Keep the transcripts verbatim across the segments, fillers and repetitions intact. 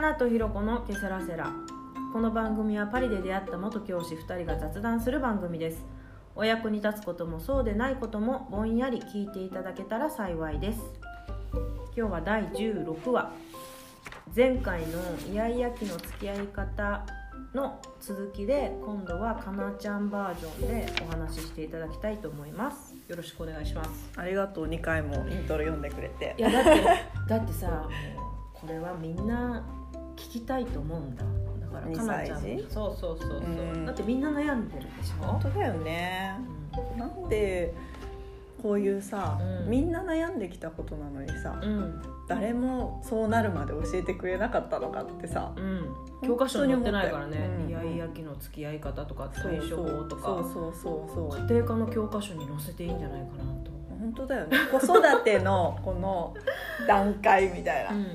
花とひろこのケセラセラ。この番組はパリで出会った元教師ふたりが雑談する番組です。お役に立つこともそうでないこともぼんやり聞いていただけたら幸いです。今日はだいじゅうろくわ、前回のイヤイヤ期の付き合い方の続きで、今度はかなちゃんバージョンでお話ししていただきたいと思います。よろしくお願いします。 ありがとう。にかいもイントロ読んでくれて。 いやだってだってさ、もうこれはみんな聞きたいと思うんだ。だからかなちゃん、そうそうそうそう、うん、だってみんな悩んでるでしょ。 本当だよね、うん、なんでこういうさ、うん、みんな悩んできたことなのにさ、うん、誰もそうなるまで教えてくれなかったのかってさ、うん、 教科書に載ってないからね、うん、イヤイヤ期の付き合い方とか対処法とか、 そうそうそうそう、 家庭科の教科書に載せていいんじゃないかなと。 本当だよね。子育てのこの段階みたいなうん、うんうん、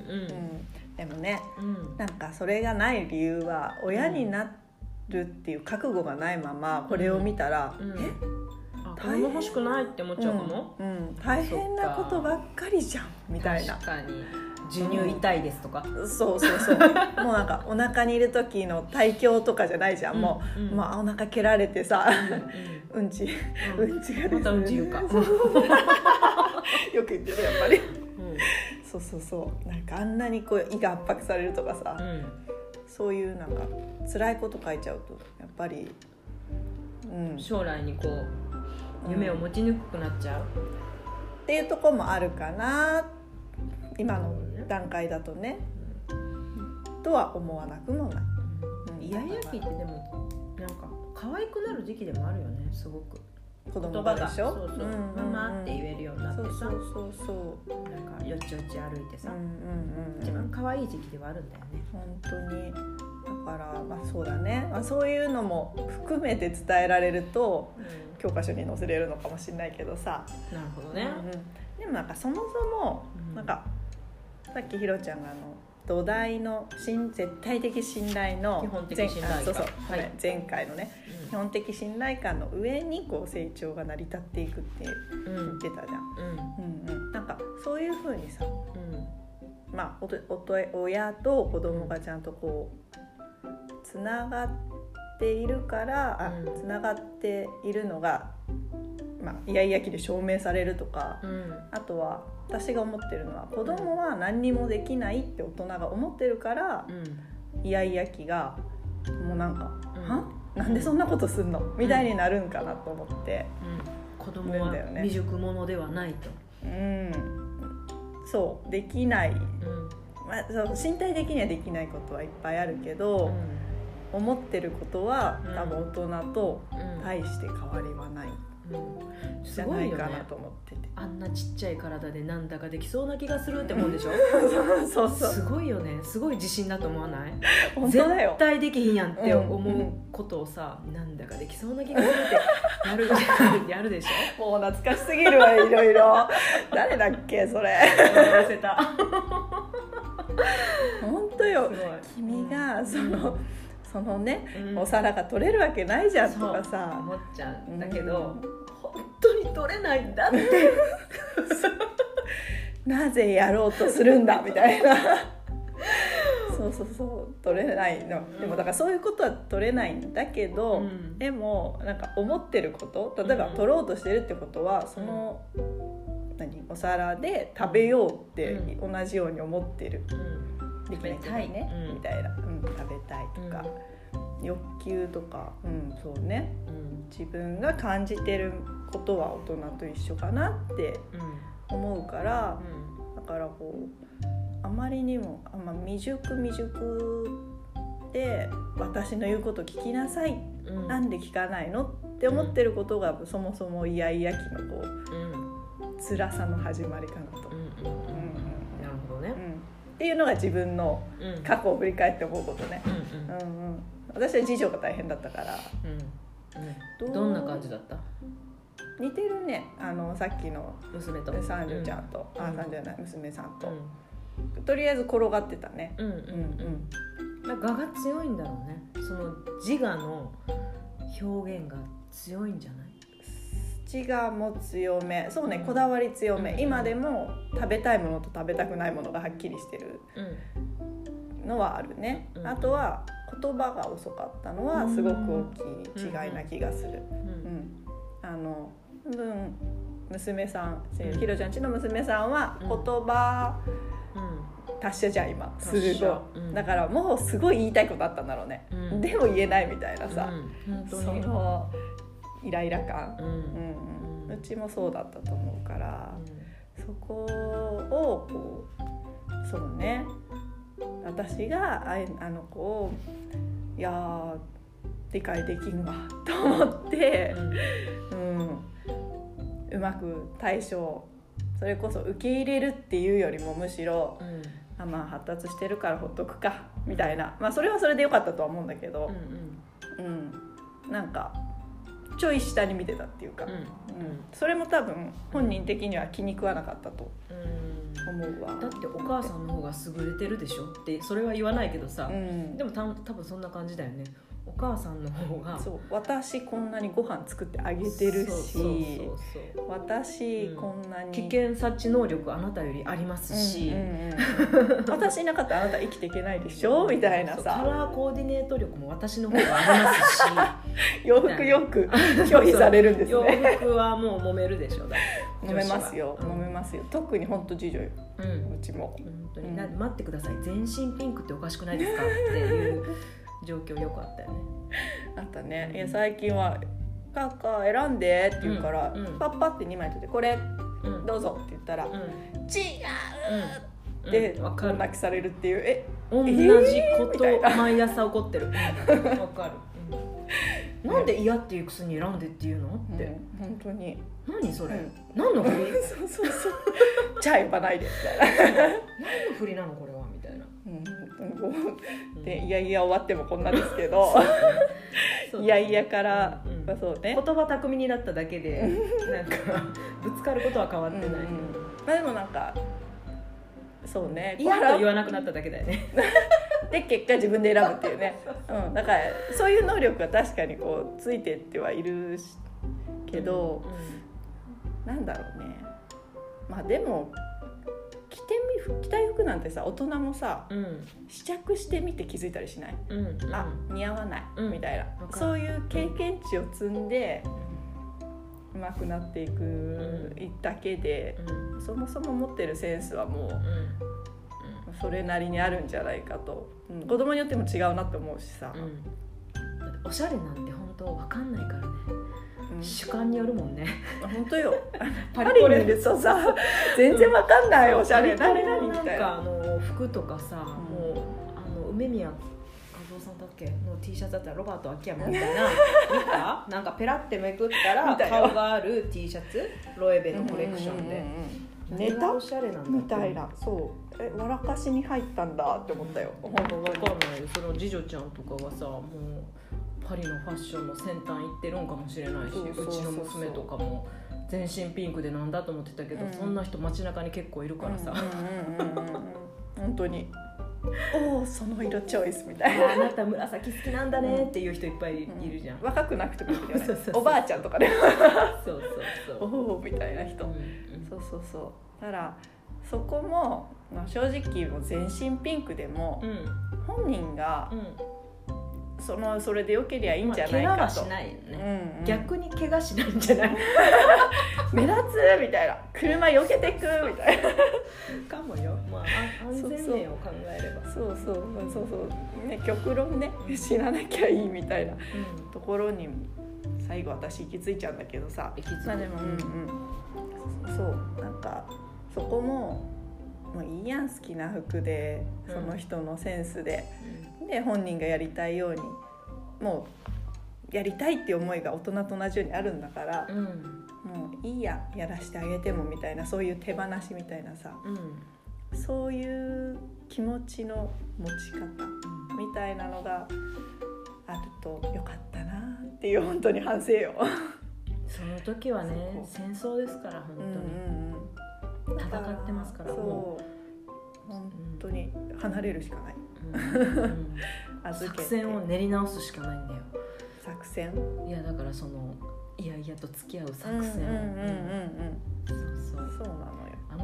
でもね、うん、なんかそれがない理由は親になるっていう覚悟がないままこれを見たら、うんうん、え子供欲しくないって思っちゃうかも、 うんうん、大変なことばっかりじゃんみたいな。 確かに授乳痛いですとか、 うん、そうそうそうもうなんかお腹にいる時の胎教とかじゃないじゃん、うん、もう、うん、まあ、お腹蹴られてさ、うん、うん、ち、うん、うんちがですね、 またうんち言うかよく言ってるやっぱり、うん、そうそうそう、なんかあんなにこう胃が圧迫されるとかさ、うん、そういうなんか辛いこと書いちゃうとやっぱり、 うん、将来にこう夢を持ちにくくなっちゃう、うん、 っていうところもあるかな今の段階だとね、うん、とは思わなくもない、 うん、イヤイヤ期ってでもなんか可愛くなる時期でもあるよね。すごく子供がでしょ、 そうそう、うんうんうん、ママって言えるようになってさ、 そうそうそうそう、 なんかよちよち歩いてさ、うんうんうん、一番可愛い時期ではあるんだよね。 本当にだから、まあ、そうだね、まあ、そういうのも含めて伝えられると、うん、教科書に載せれるのかもしれないけどさ。 なるほどね、 うんうん、でもなんかそもそも、うん、なんかさっきひろちゃんがあの土台の絶対的信頼の基本的信頼感、 そうそう、はい、前回のね、うん、基本的信頼感の上にこう成長が成り立っていくって言ってたじゃん、うんうんうん、なんかそういう風にさ、うん、まあおとおと親と子供がちゃんとこうつながっているから、あ、つながっているのが、まあ、イヤイヤ期で証明されるとか、うん、あとは私が思ってるのは子供は何にもできないって大人が思ってるから、うん、イヤイヤ期がもうなんか、うん、はなんでそんなことすんの、うん、みたいになるんかなと思って、 うん、子供は未熟者ではないと、 うん、そうできない、うん、まあ、そう身体的にはできないことはいっぱいあるけど、うん、思ってることは多分大人と大して変わりはない、うん、じゃないかなと思ってて、 あんなちっちゃい体でなんだかできそうな気がするって思うでしょそうそう、 すごいよね。すごい自信だと思わない？ 本当だよ、 絶対できひんやんって思うことをさ、うんうん、なんだかできそうな気がするってやるやるでしょ。 もう懐かしすぎるわ、いろいろ誰だっけそれ忘れた本当よ、君がその、うん、そのね、うん、お皿が取れるわけないじゃんとかさ思っちゃうんだけど、うん、本当に取れないんだってなぜやろうとするんだみたいなそうそうそう、取れないの、うん、でもだからそういうことは取れないんだけど、うん、でもなんか思ってること、例えば取ろうとしてるってことは、うん、その何お皿で食べようって同じように思ってる、うん、できないけどね、うん、みたいな、うん、食べたいとか、うん、欲求とか、うん、そうね、うん、自分が感じてることは大人と一緒かなって思うから、うん、だからこうあまりにもあんま未熟未熟で私の言うこと聞きなさい、うん、なんで聞かないのって思ってることが、うん、そもそもイヤイヤ期のこう、うん、辛さの始まりかなと、うんうんうんうん、なるほどね、うん、 っていうのが自分の過去を振り返って思うことね、うんうんうんうん、私は次女が大変だったから、 うんうん、ど, どんな感じだった？ 似てるね、あのさっきの娘と三女ちゃんと、うん、あ三女じゃない娘さんと、 うん、 とりあえず転がってたね、うんうんうん、我が強いんだろうね。その自我の表現が強いんじゃない？ 自我も強め、そうね、こだわり強め、うん、今でも食べたいものと食べたくないものがはっきりしてる、うのはあるね、うん、あとは言葉が遅かったのはすごく大きい違いな気がする、うんうん、あの分娘さん、うん、ひろちゃんちの娘さんは言葉、うん、達者じゃん今すごい、うん、だからもうすごい言いたいことあったんだろうね、うん、でも言えないみたいなさ、うん、本当にそのイライラ感、うんうんうん、うちもそうだったと思うから、うん、そこをこうそうね私がああの子をいや理解できんわと思って、うんうん、うまく対処それこそ受け入れるっていうよりもむしろ、うん、あまあ発達してるからほっとくかみたいな、まあそれはそれでよかったとは思うんだけど、うんうんうん、なんかちょい下に見てたっていうか、うんうん、それも多分本人的には気に食わなかったと思うわ。 だってお母さんの方が優れてるでしょってそれは言わないけどさ、うん、でもた多分そんな感じだよね。お母さんの方がそう私こんなにご飯作ってあげてるし私こんなに、うん、 危険察知能力あなたよりありますし、うんうんうん、私いなかったらあなた生きていけないでしょみたいなさカラーコーディネート力も私の方がありますし洋服よく拒否されるんですね洋服はもう揉めるでしょだ揉めますよ、うん、揉めますよ特に本当次女よ、うん、うちも本当に、うん、待ってください全身ピンクっておかしくないですかっていう状況よくあったよね。 あったね。いや最近は「カッカ選んで」って言うから、うんうん、パッパってにまい取って「これ、うん、どうぞ」って言ったら「うん、違う!」って泣きされるっていうえ同じこと毎朝起こってる。わかる。うん、なんで嫌っていうくせに選んでっていうのって、うん、 本当に何それ、うん、何の振りそうそうそうじゃあ呼ばないでみたいな何の振りなのこれはみたいな、 うん、でいやいや終わってもこんなですけどいやいやから、うんまあそうね、 言葉巧みになっただけでなんかぶつかることは変わってない、うんうん、 まあでもなんかそうね嫌と言わなくなっただけだよねで結果自分で選ぶっていうね、うん、だからそういう能力は確かにこうついてってはいるけど、うんうん、なんだろうねまあでも着てみ着たい服なんてさ大人もさ、うん、試着してみて気づいたりしない、うんうん、あ似合わない、うん、みたいなそういう経験値を積んで上手くなっていく、うん、だけで、うん、そもそも持ってるセンスはもう、うんそれなりにあるんじゃないかと、うん、子供によっても違うなって思うしさ、うん、 だっておしゃれなんて本当分かんないからね、うん、主観によるもんね本当よパリにいるとさ全然分かんない、うん、おしゃれ何何みたいななんかあの服とかさ、うん、もうあの梅宮和夫さんだっけの T シャツだったらロバート秋山みたいな見たなんかペラってめくったら顔がある T シャツロエベのコレクションで、うんうんうんうん、 ネタおしゃれなんだみたいなそうえ笑かしに入ったんだって思ったよ。 分かんないその次女ちゃんとかはさもうパリのファッションの先端行ってるんかもしれないしそうそうそうそううちの娘とかも全身ピンクでなんだと思ってたけど、うん、そんな人街中に結構いるからさ本当におーその色チョイスみたいなあなた紫好きなんだねっていう人いっぱいいるじゃん、 うん、若くなくてもいいよねおばあちゃんとかねそうそうそうおーみたいな人、うんうん、そうそうそうだからそこも、まあ、正直もう全身ピンクでも、うん、本人が、うん、そのそれでよけりゃいいんじゃないかと、まあ、怪我はしないよね、うんうん、逆に怪我しないんじゃない目立つみたいな車避けてくみたいなかもよ、まあ、安全面を考えればそうそうそうそう、ね、極論ね死ななきゃいいみたいなところに最後私行き着いちゃうんだけどさ、 行き着く、 まあ、でも、うんうん、そうなんかそこももういいやん好きな服でその人のセンスで、うん、で本人がやりたいようにもうやりたいって思いが大人と同じようにあるんだから、うん、もういいややらしてあげてもみたいなそういう手放しみたいなさ、うん、そういう気持ちの持ち方みたいなのがあるとよかったなっていう本当に反省よその時はね戦争ですから本当に、うんうん戦ってますからもう本当に離れるしかない、 うんうん、作戦を練り直すしかないんだよ作戦いやだからそのいやいやと付き合う作戦をそうそうそうなのよあの戦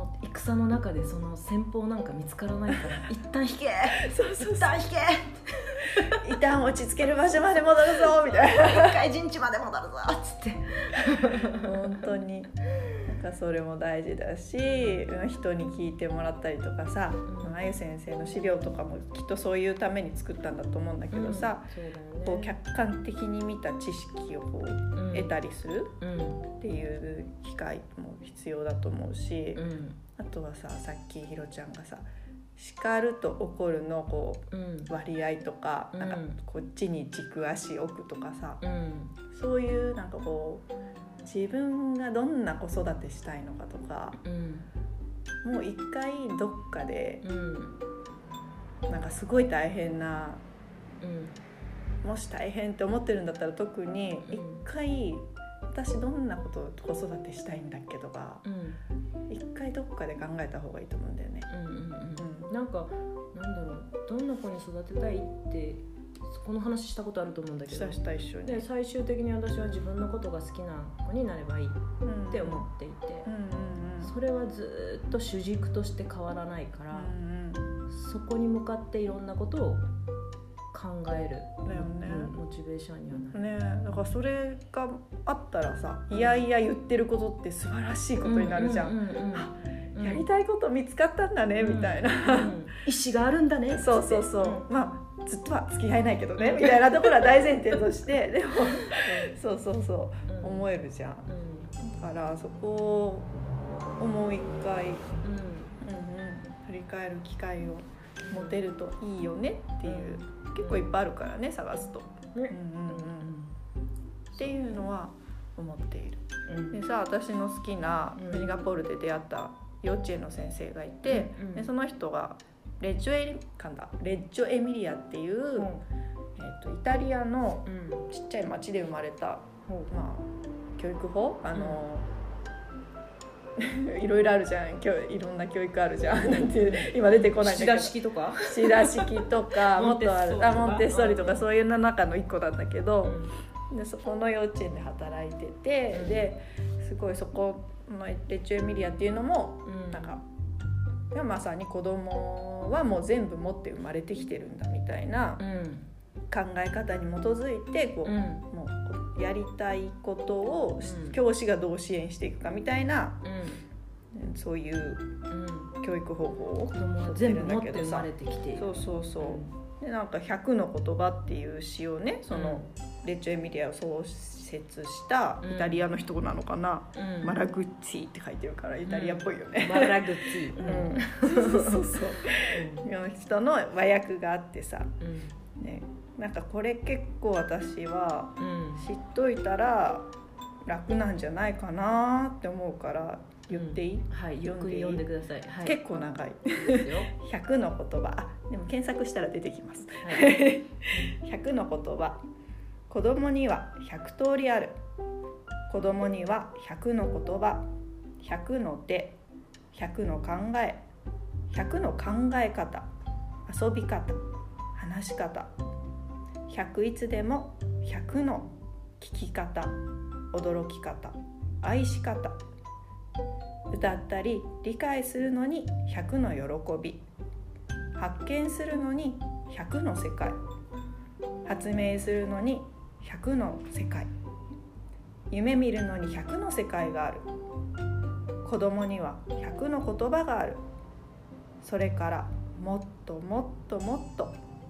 草の中でその先方なんか見つからないから一旦引けそうそうそう一旦引け一旦落ち着ける場所まで戻るぞみたいな一回陣地まで戻るぞっつって本当になんかそれも大事だし、人に聞いてもらったりとかさ、うん、あゆ先生の資料とかもきっとそういうために作ったんだと思うんだけどさ、うんそうだよね、こう客観的に見た知識をこう、うん、得たりするっていう機会も必要だと思うし、うん、あとはさ、さっきひろちゃんがさ叱ると怒るのこう、うん、割合とか、うん、なんかこっちに軸足置くとかさ、うん、そういうなんかこう自分がどんな子育てしたいのかとか、うん、もう一回どっかで、うん、なんかすごい大変な、うん、もし大変って思ってるんだったら特に一回私どんなこと子育てしたいんだっけとか、うん、一回どっかで考えた方がいいと思うんだよね、うんうんうんうん、なんかなんだろう、どんな子に育てたいってこの話したことあると思うんだけど、 したした一緒にで最終的に私は自分のことが好きな子になればいいって思っていて、うんうんうん、それはずっと主軸として変わらないから、うんうん、そこに向かっていろんなことを考えるだよね、モチベーションにはなる、 ね、だからそれがあったらさ、いやいや言ってることって素晴らしいことになるじゃん、うんうんうんうん、やりたいこと見つかったんだね、うん、みたいな、うんうん、 意志があるんだね、 そうそうそう、うん、まあずっとは付き合えないけどねみたいなところは大前提としてでもそうそうそう、うん、思えるじゃん、うん、だからそこをもう一回、うんうんうん、振り返る機会を持てるといいよねっていう、うん、結構いっぱいあるからね、探すと、うんうんうん、っていうのは思っている、うん、でさ、私の好きなシンガポールで出会った幼稚園の先生がいて、うん、でその人がレッジョエかんだレッジョエミリアっていう、うんえー、とイタリアのちっちゃい町で生まれた、うんまあ、教育法あの、うん、いろいろあるじゃん、いろんな教育あるじゃんなんて今出てこないんだけど、 シダ式とかシダ式とかもっとあるあモンテッソーリとかそういうの中の一個なんだけど、うん、でそこの幼稚園で働いてて、うん、ですごいそこのレッジョエミリアっていうのも、うん、なんかまさに子供はもう全部持って生まれてきてるんだみたいな考え方に基づいてこう、うん、もうやりたいことを教師がどう支援していくかみたいな、うん、そういう教育方法を取ってるんだけどさ、 そうそうそう、うん、でなんかひゃくの言葉っていう詩をね、その、うん、レッジョエミリアを創設したイタリアの人なのかな、うん、マラグッツィって書いてるからイタリアっぽいよね、 うん、マラグッツィ、 うん、そうそうそうそう、の人の和訳があってさ、うんね、なんかこれ結構私は知っといたら楽なんじゃないかなって思うから言っていい、うん、 はい、ゆっくり読んでください、はい、 結構長いひゃくの言葉、あでも検索したら出てきます、はい、ひゃくの言葉、子供にはひゃく通りある、子供にはひゃくの言葉、ひゃくの手、ひゃくの考え、ひゃくの考え方、遊び方、話し方、ひゃくいつでもひゃくの聞き方、驚き方、愛し方、歌ったり理解するのにひゃくの喜び、発見するのにひゃくの世界、発明するのにひゃくの世界、夢見るのにひゃくの世界がある、子供にはひゃくの言葉がある、それからもっともっともっと、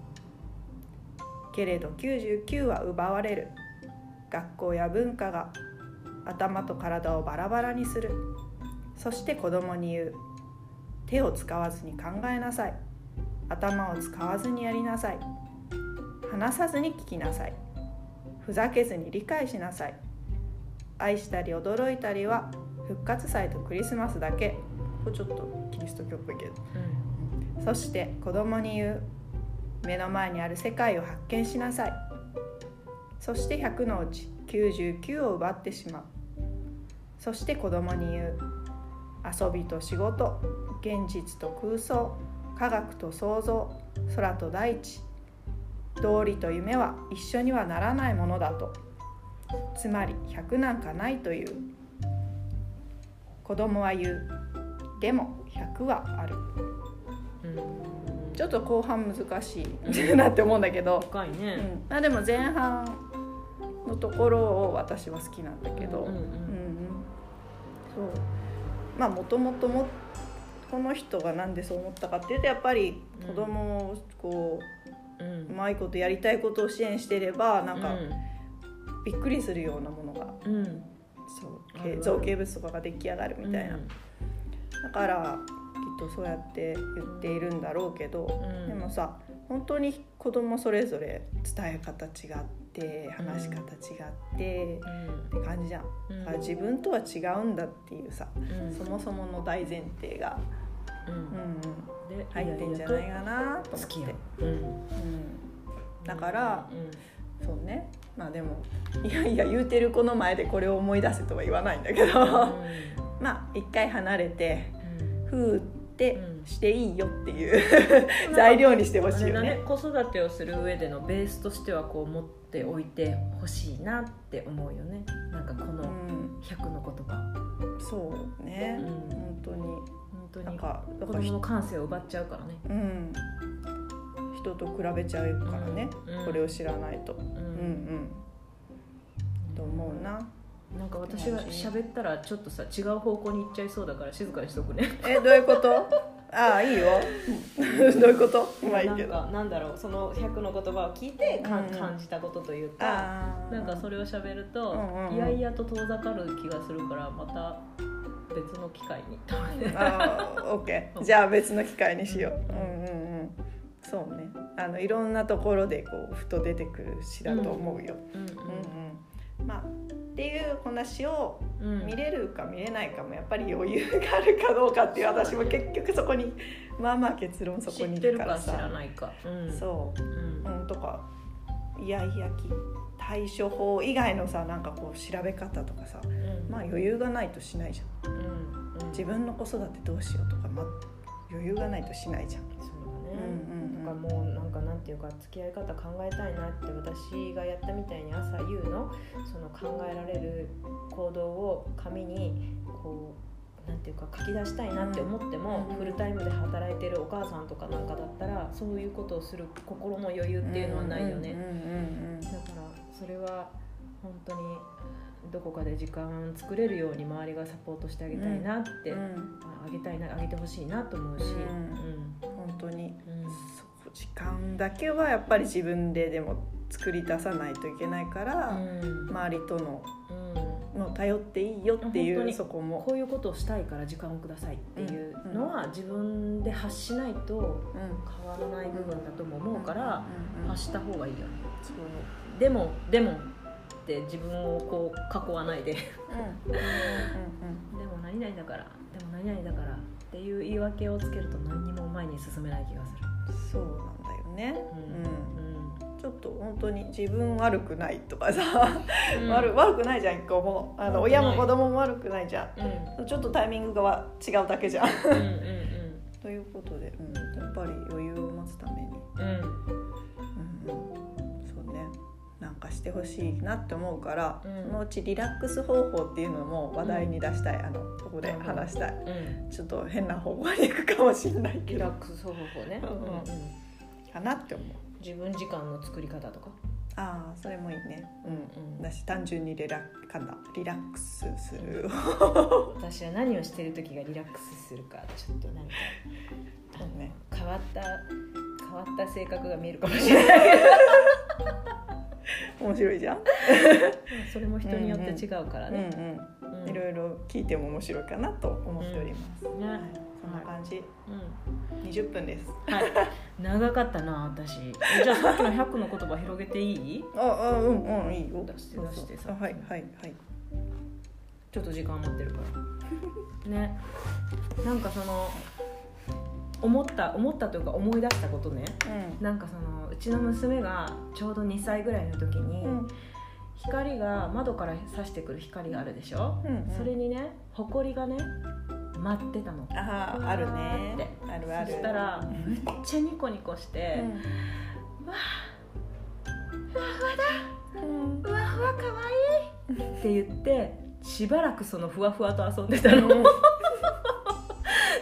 けれどきゅうじゅうきゅうは奪われる、学校や文化が頭と体をバラバラにする、そして子供に言う、手を使わずに考えなさい、頭を使わずにやりなさい、話さずに聞きなさい、ふざけずに理解しなさい、愛したり驚いたりは復活祭とクリスマスだけ。これちょっとキリスト教っぽいけど、うん、そして子供に言う、目の前にある世界を発見しなさい、そしてひゃくのうちきゅうじゅうきゅうを奪ってしまう、そして子供に言う、遊びと仕事、現実と空想、科学と創造、空と大地、道理と夢は一緒にはならないものだと、つまりひゃくなんかないという。子供は言う、でもひゃくはある、 うん、 ちょっと後半難しいなって思うんだけど、 深いね、 うん、あでも前半のところを私は好きなんだけど、 うんうんうんうんうん、そうまあもともともこの人がなんでそう思ったかっていうとやっぱり子供をこう、うん、うまいことやりたいことを支援していればなんかびっくりするようなものが、うん、そう造形物とかが出来上がるみたいな、うん、だからきっとそうやって言っているんだろうけど、うん、でもさ本当に子供それぞれ伝え方違って話し方違って、うん、って感じじゃん、うん、だから自分とは違うんだっていうさ、うん、そもそもの大前提が、うんうん、で入ってんじゃないかなと思って、うんうん、だから、うん、そうねまあでもいやいや言うてる子の前でこれを思い出せとは言わないんだけど、うん、まあ一回離れて、うん、ふーってしていいよっていう材料にしてほしいよね。 子育てをする上でのベースとしてはこう持っておいてほしいなって思うよね。なんかこのひゃくの言葉、 うん、そうね、うん、本当に本当になんか子供の感性を奪っちゃうからね、 うん、人と比べちゃうからね、うん、これを知らないと、うんうんうん、と思うな。 なんか私が喋ったらちょっとさ違う方向に行っちゃいそうだから静かにしとくね。 えどういうこと？ああいいよ。どういうこと？まあいいけど。 なんかなんだろうそのひゃくの言葉を聞いて、うんうん、感じたことというか、なんかそれを喋ると、うんうん、いやいやと遠ざかる気がするからまた別の機会に。 ああオッケー。じゃあ別の機会にしよう。うんうんうん。そうね。あのいろんなところでこうふと出てくる詩だと思うよ。うんうんうんうん、まあ。っていう話を見れるか見れないかもやっぱり余裕があるかどうかっていう私も結局そこにまあまあ結論そこにいるからさ知ってるか知らないか、うん、 そう、うんうん、とかイヤイヤ期対処法以外のさなんかこう調べ方とかさ、うん、まあ余裕がないとしないじゃん、うんうん、自分の子育てどうしようとか、まあ、余裕がないとしないじゃん。 そうだね、うんうんうん、なんかもうなんかなんていうか付き合い方考えたいなって私がやったみたいに朝夕のその考えられる行動を紙にこうなんていうか書き出したいなって思っても、うん、フルタイムで働いてるお母さんとかなんかだったらそういうことをする心の余裕っていうのはないよね。だからそれは本当にどこかで時間作れるように周りがサポートしてあげたいなって、うん、あげたいなあげてほしいなと思うし、うんうん、 本当に、うん、そ時間だけはやっぱり自分ででも作り出さないといけないから、うん、周りとの、うん、の頼っていいよっていうそこもこういうことをしたいから時間をくださいっていうのは自分で発しないと変わらない部分だとも思うから発した方がいいよね。そうでもでもって自分をこう囲わないででも何々だからでも何々だからっていう言い訳をつけると何にも前に進めない気がする。 そうなんだよね、うんうん、ちょっと本当に自分悪くないとかさ、うん、悪, 悪くないじゃん一個もあの親も子供も悪くないじゃん、うん、ちょっとタイミングが違うだけじゃんうんうん、うん、ということで、うん、やっぱり余裕を持つために、うんうんうん、そうねなんかしてほしいなって思うから、うん、そのうちリラックス方法っていうのも話題に出したい、うん、あのここで話したい、うん、ちょっと変な方向に行くかもしれないけどリラックス方法ね、うんうんうん、 かなって思う。 自分時間の作り方とかああそれもいいね、うんうん、だし単純にリラかなリラックスする私は何をしてる時がリラックスするかちょっとなんか、ね、変わった変わった性格が見えるかもしれない面白いじゃんそれも人によって違うからね、 うんうんうん、いろいろ聞いても面白いかなと思っております、うんねはい、そんな感じ、うん、にじゅっぷんです、 はい、長かったな私じゃあさっきのひゃくの言葉広げていい？ ああうんうんいいよ出して出してさはいはいはいちょっと時間余ってるからねなんかその思った思ったというか思い出したことね、うん、なんかそのうちの娘がちょうどにさいぐらいの時に、うん、光が窓から差してくる光があるでしょ、うんうん、それにね埃がね舞ってたの。 ああるねあるあるそしたらめっちゃニコニコして、うん、わあふわふわだ、うん、ふわふわかわいいって言ってしばらくそのふわふわと遊んでたの、うん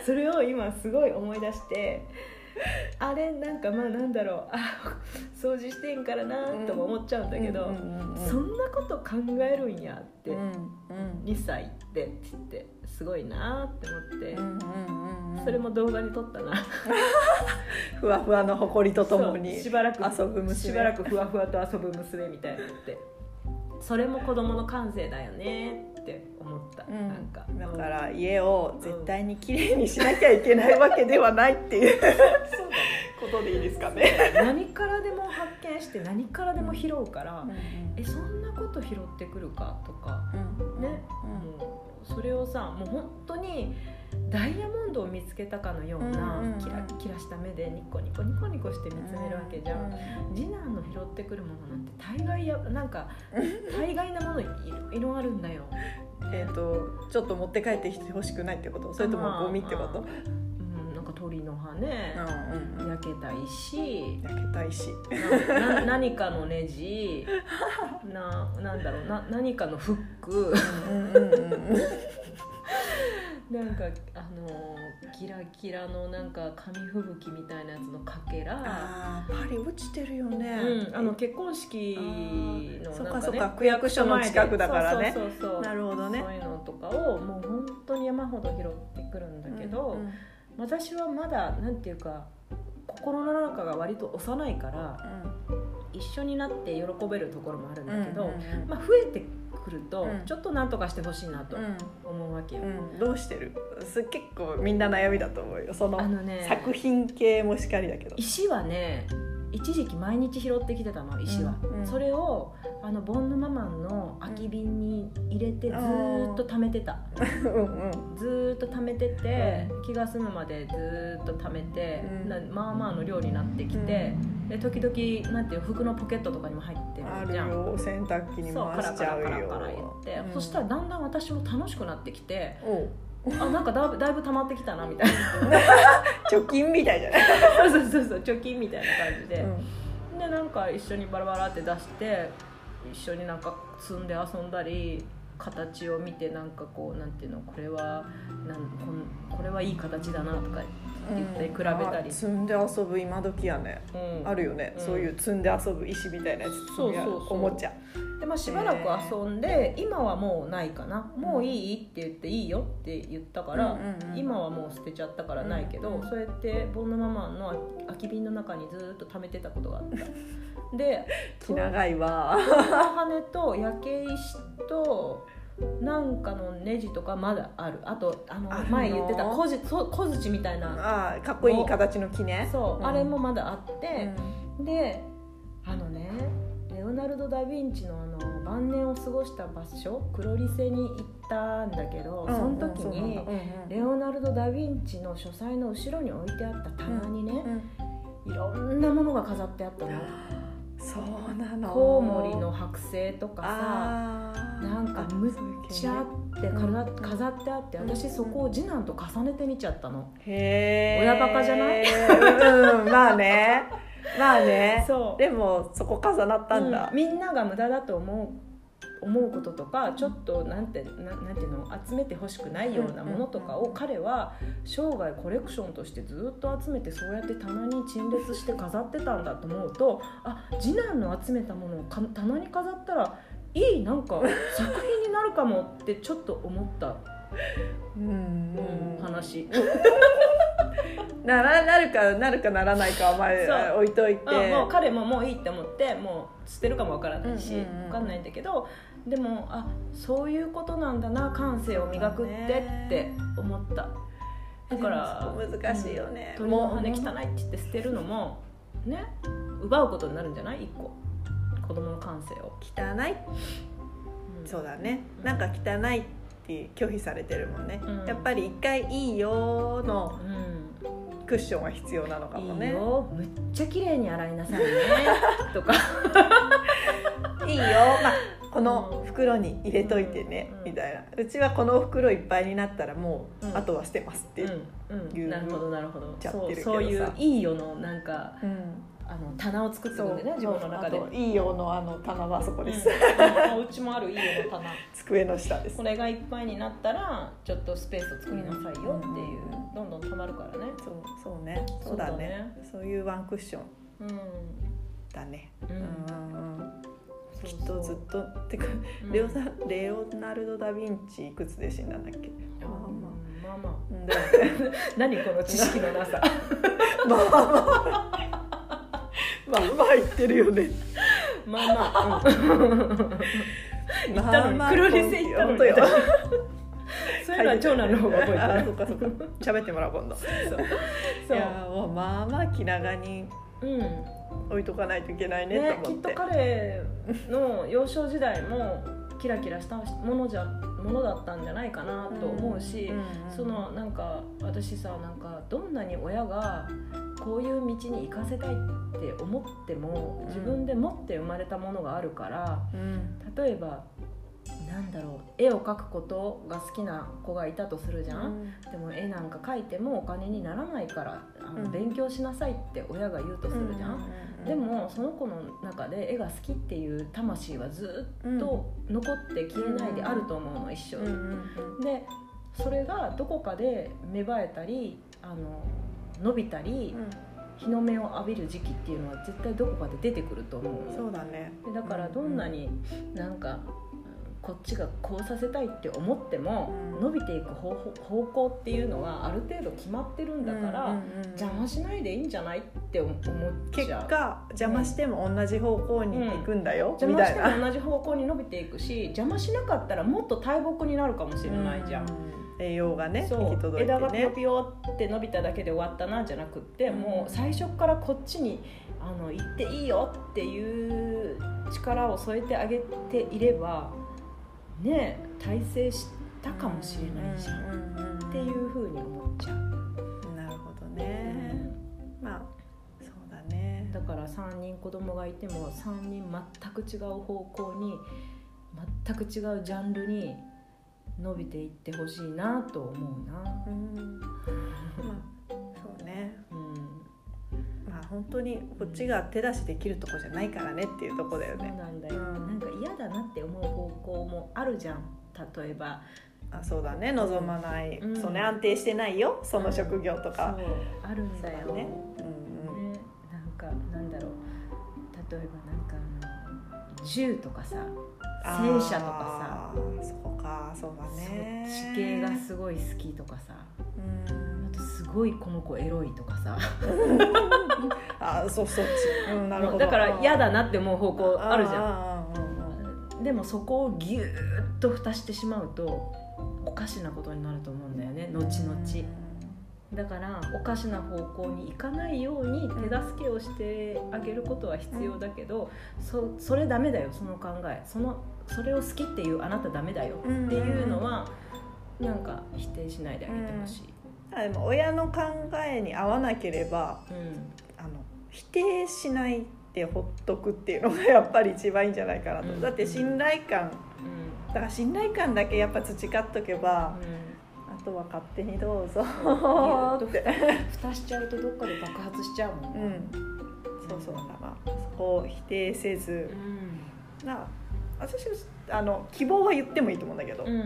それを今すごい思い出して、あれなんかまあなんだろう、あ掃除してんからなとも思っちゃうんだけど、そんなこと考えるんやって、うんうん、にさいって言ってすごいなって思って、うんうんうん、それも動画に撮ったなふわふわのほこりとともにしばらく遊ぶ娘、 しばらくふわふわと遊ぶ娘みたいなって、それも子供の感性だよねって思った、うん、なんかだから家を絶対にきれいにしなきゃいけないわけではないっていう、うん、そうだねことでいいですかね。 何からでも発見して何からでも拾うから、うんうん、えそんなこと拾ってくるかとか、うん、ね、うん、もうそれをさもう本当にダイヤモンドを見つけたかのような、うんうんうん、キラキラした目でニコニコニコニコして見つめるわけじゃん、うんうん、次男の拾ってくるものなんて大概やなんか大概なものいろいろあるんだよ。 えーとちょっと持って帰ってきてほしくないってこと？それともゴミってこと？ 鳥の羽ね、うんうん、焼けた石焼けた石なな何かのネジな、なんだろうな何かのフックなんかあのキラキラのなんか紙吹雪みたいなやつのかけら、 あパリ落ちてるよね、 うん、あの結婚式のなんか、ね、そっかそっか区役所の近くだからね。 そうそうそうそう、 なるほどね。 そういうのとかをもう本当に山ほど拾ってくるんだけど、うんうん、私はまだなんていうか心の中が割と幼いから、うん、一緒になって喜べるところもあるんだけど、うんうんうん、まあ、増えてくるとちょっとなんとかしてほしいなと思うわけよ、 うんうん、どうしてる？結構みんな悩みだと思うよ。その、あのね、作品系もしかりだけど、 石はね一時期毎日拾ってきてたの石は、うんうん、それをあのボンヌママンの空き瓶に入れてずーっと貯めてた、うんうん、ずーっと貯めてて、うん、気が済むまでずーっと貯めて、うん、まあまあの量になってきて、うん、で時々なんていう服のポケットとかにも入ってるじゃん。 あるよ、洗濯機に回しちゃうよ。そうカラカラカラカラ言って、うん、そしたらだんだん私も楽しくなってきて、あなんかだいぶ、だいぶ溜まってきたなみたいな貯金みたいじゃないそうそうそう貯金みたいな感じで、うん、でなんか一緒にバラバラって出して一緒になんか積んで遊んだり形を見てなんかこうなんていうのこれはなんこんこれはいい形だなとか言って比べたり、うん、 積んで遊ぶ今時やね、うん、あるよね、うん、そういう積んで遊ぶ石みたいなやつ、そうそうそうおもちゃで、まあ、しばらく遊んで今はもうないかな、もういいって言っていいよって言ったから、うんうんうん、今はもう捨てちゃったからないけど、うんうん、そうやってボンヌママンの空き瓶の中にずっと溜めてたことがあったで気長いわ羽と焼け石となんかのネジとかまだある。あとあの前言ってた小づ小づみたいなあかっこいい形の木ね。 そう、うん、あれもまだあって、うん、であのねレオナルド・ダ・ヴィンチのあの晩年を過ごした場所クロリセに行ったんだけど、うん、その時に、うんうん、レオナルド・ダ・ヴィンチの書斎の後ろに置いてあった棚にね、うんうん、いろんなものが飾ってあったの。 そうなの。 コウモリの剥製とかさなんかむっちゃあって飾ってあって、私そこを次男と重ねてみちゃったの。へー親バカじゃない？ うんまあねまあねそうでもそこ重なったんだ、 うん、みんなが無駄だと思う思うこととかちょっとなんて、な、なんていうの集めてほしくないようなものとかを彼は生涯コレクションとしてずっと集めてそうやって棚に陳列して飾ってたんだと思うと、あ次男の集めたものを棚に飾ったらいいなんか作品になるかもってちょっと思ったうん、うん、話な, なるかなるかならないかは前置いといて、 もう彼ももういいって思ってもう捨てるかもわからないし、うんうんうん、分かんないんだけど、でもあそういうことなんだな感性を磨くってって思った。だから難しいよね、 うん、鳥の羽汚いって言って捨てるのもね奪うことになるんじゃない一個子供の感性を。 汚い、うん、そうだね、うん、なんか汚いって拒否されてるもんね、うん、やっぱり一回いいよの、うんクッションは必要なのかもね。 いいよむっちゃ綺麗に洗いなさいねとかいいよ、まあ、この袋に入れといてね、うん、みたいな。うちはこの袋いっぱいになったらもう、うん、あとは捨てますっていう、 うんうん、なるほどなるほど。 ちゃってるけどさ、 そう、そういういいよのなんか、うん、 あの棚を作ってるんでね、自分の中で。 いいよのあの棚はあそこです、 うん、うちもあるいいよの棚机の下です。 これがいっぱいになったらちょっとスペースを作りなさいよっていう、うん、どんどん溜まるからね。 そうそうね、そうだね、そうだね、そういうワンクッション、うん、だね、うんうんうん、きっとずっとてか、うん、レオナ、レオナルド・ダ・ヴィンチいくつで死んだんだっけ。 まあまあまあまあ何この知識のなさまあまあまあまあ言ってるよね。 まあまあ、うん、言ったのに黒リセ言ったのにそういうのは長男の方が覚えてる。 あ、そうかそうか、喋ってもらう今度。そうそう、いやもうまあまあ気長に、うん置いとかないといけないねと思って、 ね、きっと彼の幼少時代もキラキラしたものじゃものだったんじゃないかなと思うし、うんうんうん、そのなんか私さ、なんかどんなに親がこういう道に行かせたいって思っても自分で持って生まれたものがあるから、うん、例えばなんだろう、絵を描くことが好きな子がいたとするじゃん、うん、でも絵なんか描いてもお金にならないからあの、うん、勉強しなさいって親が言うとするじゃん、うんうんうん、でもその子の中で絵が好きっていう魂はずっと残って消えないであると思うの、一生、うんうんうん、でそれがどこかで芽生えたりあの伸びたり、うん日の目を浴びる時期っていうのは絶対どこかで出てくると思う。 そうだね。 でだからどんなになんかこっちがこうさせたいって思っても、うん、伸びていく方法、方向っていうのはある程度決まってるんだから、うんうんうん、邪魔しないでいいんじゃないって思っちゃう。 結果邪魔しても同じ方向に行くんだよ、 うん、邪魔しても同じ方向に伸びていくし、邪魔しなかったらもっと大木になるかもしれないじゃん、うん、 栄養がね、 そう行き届いてね、枝がピヨピヨって伸びただけで終わったなじゃなくって、うん、もう最初からこっちにあの行っていいよっていう力を添えてあげていればね、大成したかもしれないじゃんっていう風に思っちゃう。 なるほどね、うん、まあそうだね。 だからさんにん子供がいてもさんにん全く違う方向に全く違うジャンルに伸びていってほしいなと思うな、うんまあそうね、うんまあ、本当にこっちが手出しできるとこじゃないからねっていうとこだよね。 そうなんだよ、うん、なんか嫌だなって思う方向もあるじゃん。例えばあそうだね、望まない、うん、そうね、安定してないよその職業とか、 うん、そうあるんだよね、うんうんね、なんかなんだろう、例えばなんかあの銃とかさ、戦車とかさ、 そうか、そうだね、 地形がすごい好きとかさ、うんあとすごいこの子エロいとかさあそうそっち、うん、なるほど。 だから嫌だなって思う方向あるじゃん。でもそこをギューッと蓋してしまうとおかしなことになると思うんだよね、後々。だからおかしな方向に行かないように手助けをしてあげることは必要だけど、そ, それダメだよ、その考え、そのそれを好きっていうあなたダメだよっていうのはなんか否定しないであげてほしい。 でも親の考えに合わなければ、うん、あの否定しないってほっとくっていうのがやっぱり一番いいんじゃないかなと、うん、だって信頼感、うん、だから信頼感だけやっぱ培っとけば、うん、あとは勝手にどうぞって蓋しちゃうとどっかで爆発しちゃうもん、うん、 そうそうだな、そこを否定せず、うん、な私あの希望は言ってもいいと思うんだけど、うんうんうんうん、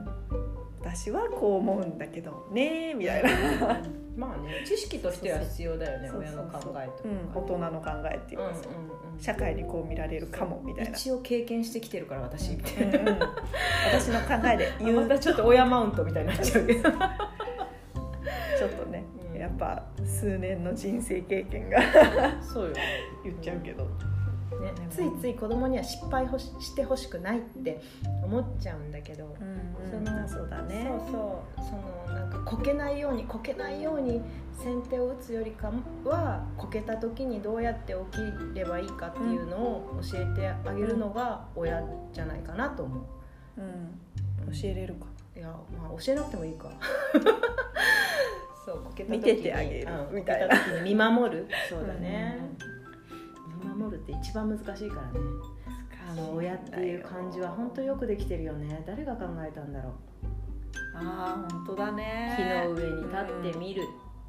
私はこう思うんだけどねみたいなまあね、知識としては必要だよね、親の考えと、 うん、大人の考えっていうか、うんうんうん、社会にこう見られるかもみたいな。 一応経験してきてるから私みたいな、うんうん、私の考えで言うまたちょっと親マウントみたいになっちゃうけどちょっとね、うん、やっぱ数年の人生経験がそうよ言っちゃうけど、 ね、ついつい子供には失敗ほししてほしくないって思っちゃうんだけど、 うんうん、そのそうだね、 そうそう、そのなんかこけないようにこけないように先手を打つよりかはこけた時にどうやって起きればいいかっていうのを教えてあげるのが親じゃないかなと思う、 うん、教えれるか、 いや、まあ、教えなくてもいいかそう、こけた時に見ててあげるみたいな、 こけた時に見守るそうだね、うん、見守るって一番難しいからね。あの親っていう感じは本当よくできてるよね。誰が考えたんだろう。 ああ本当だね。 木の上に立って見る、う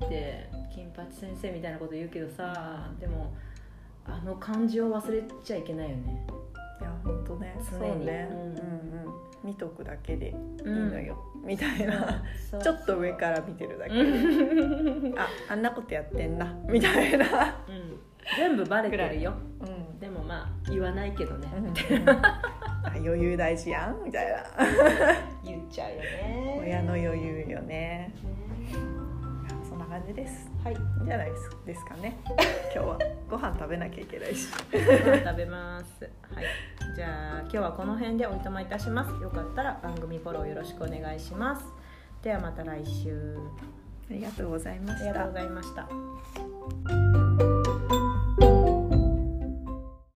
って金八先生みたいなこと言うけどさ、でもあの漢字を忘れちゃいけないよね。 いや本当ね、 常にそうね、 うんうんうん、見とくだけでいいうんのよ、みたいな、 そうちょっと上から見てるだけであ、あんなことやってんなみたいな、 うん、全部バレてるよ、 うん、 でもまあ言わないけどね、 うんうん、あ余裕大事やんみたいな言っちゃうよね。 親の余裕よね。そんな感じです。 はい、 じゃないですですかね。今日はご飯食べなきゃいけないし。 ご飯食べます。はい、じゃあ今日はこの辺でおいとまいたします。よかったら番組フォローよろしくお願いします。ではまた来週。 ありがとうございました。 ありがとうございました。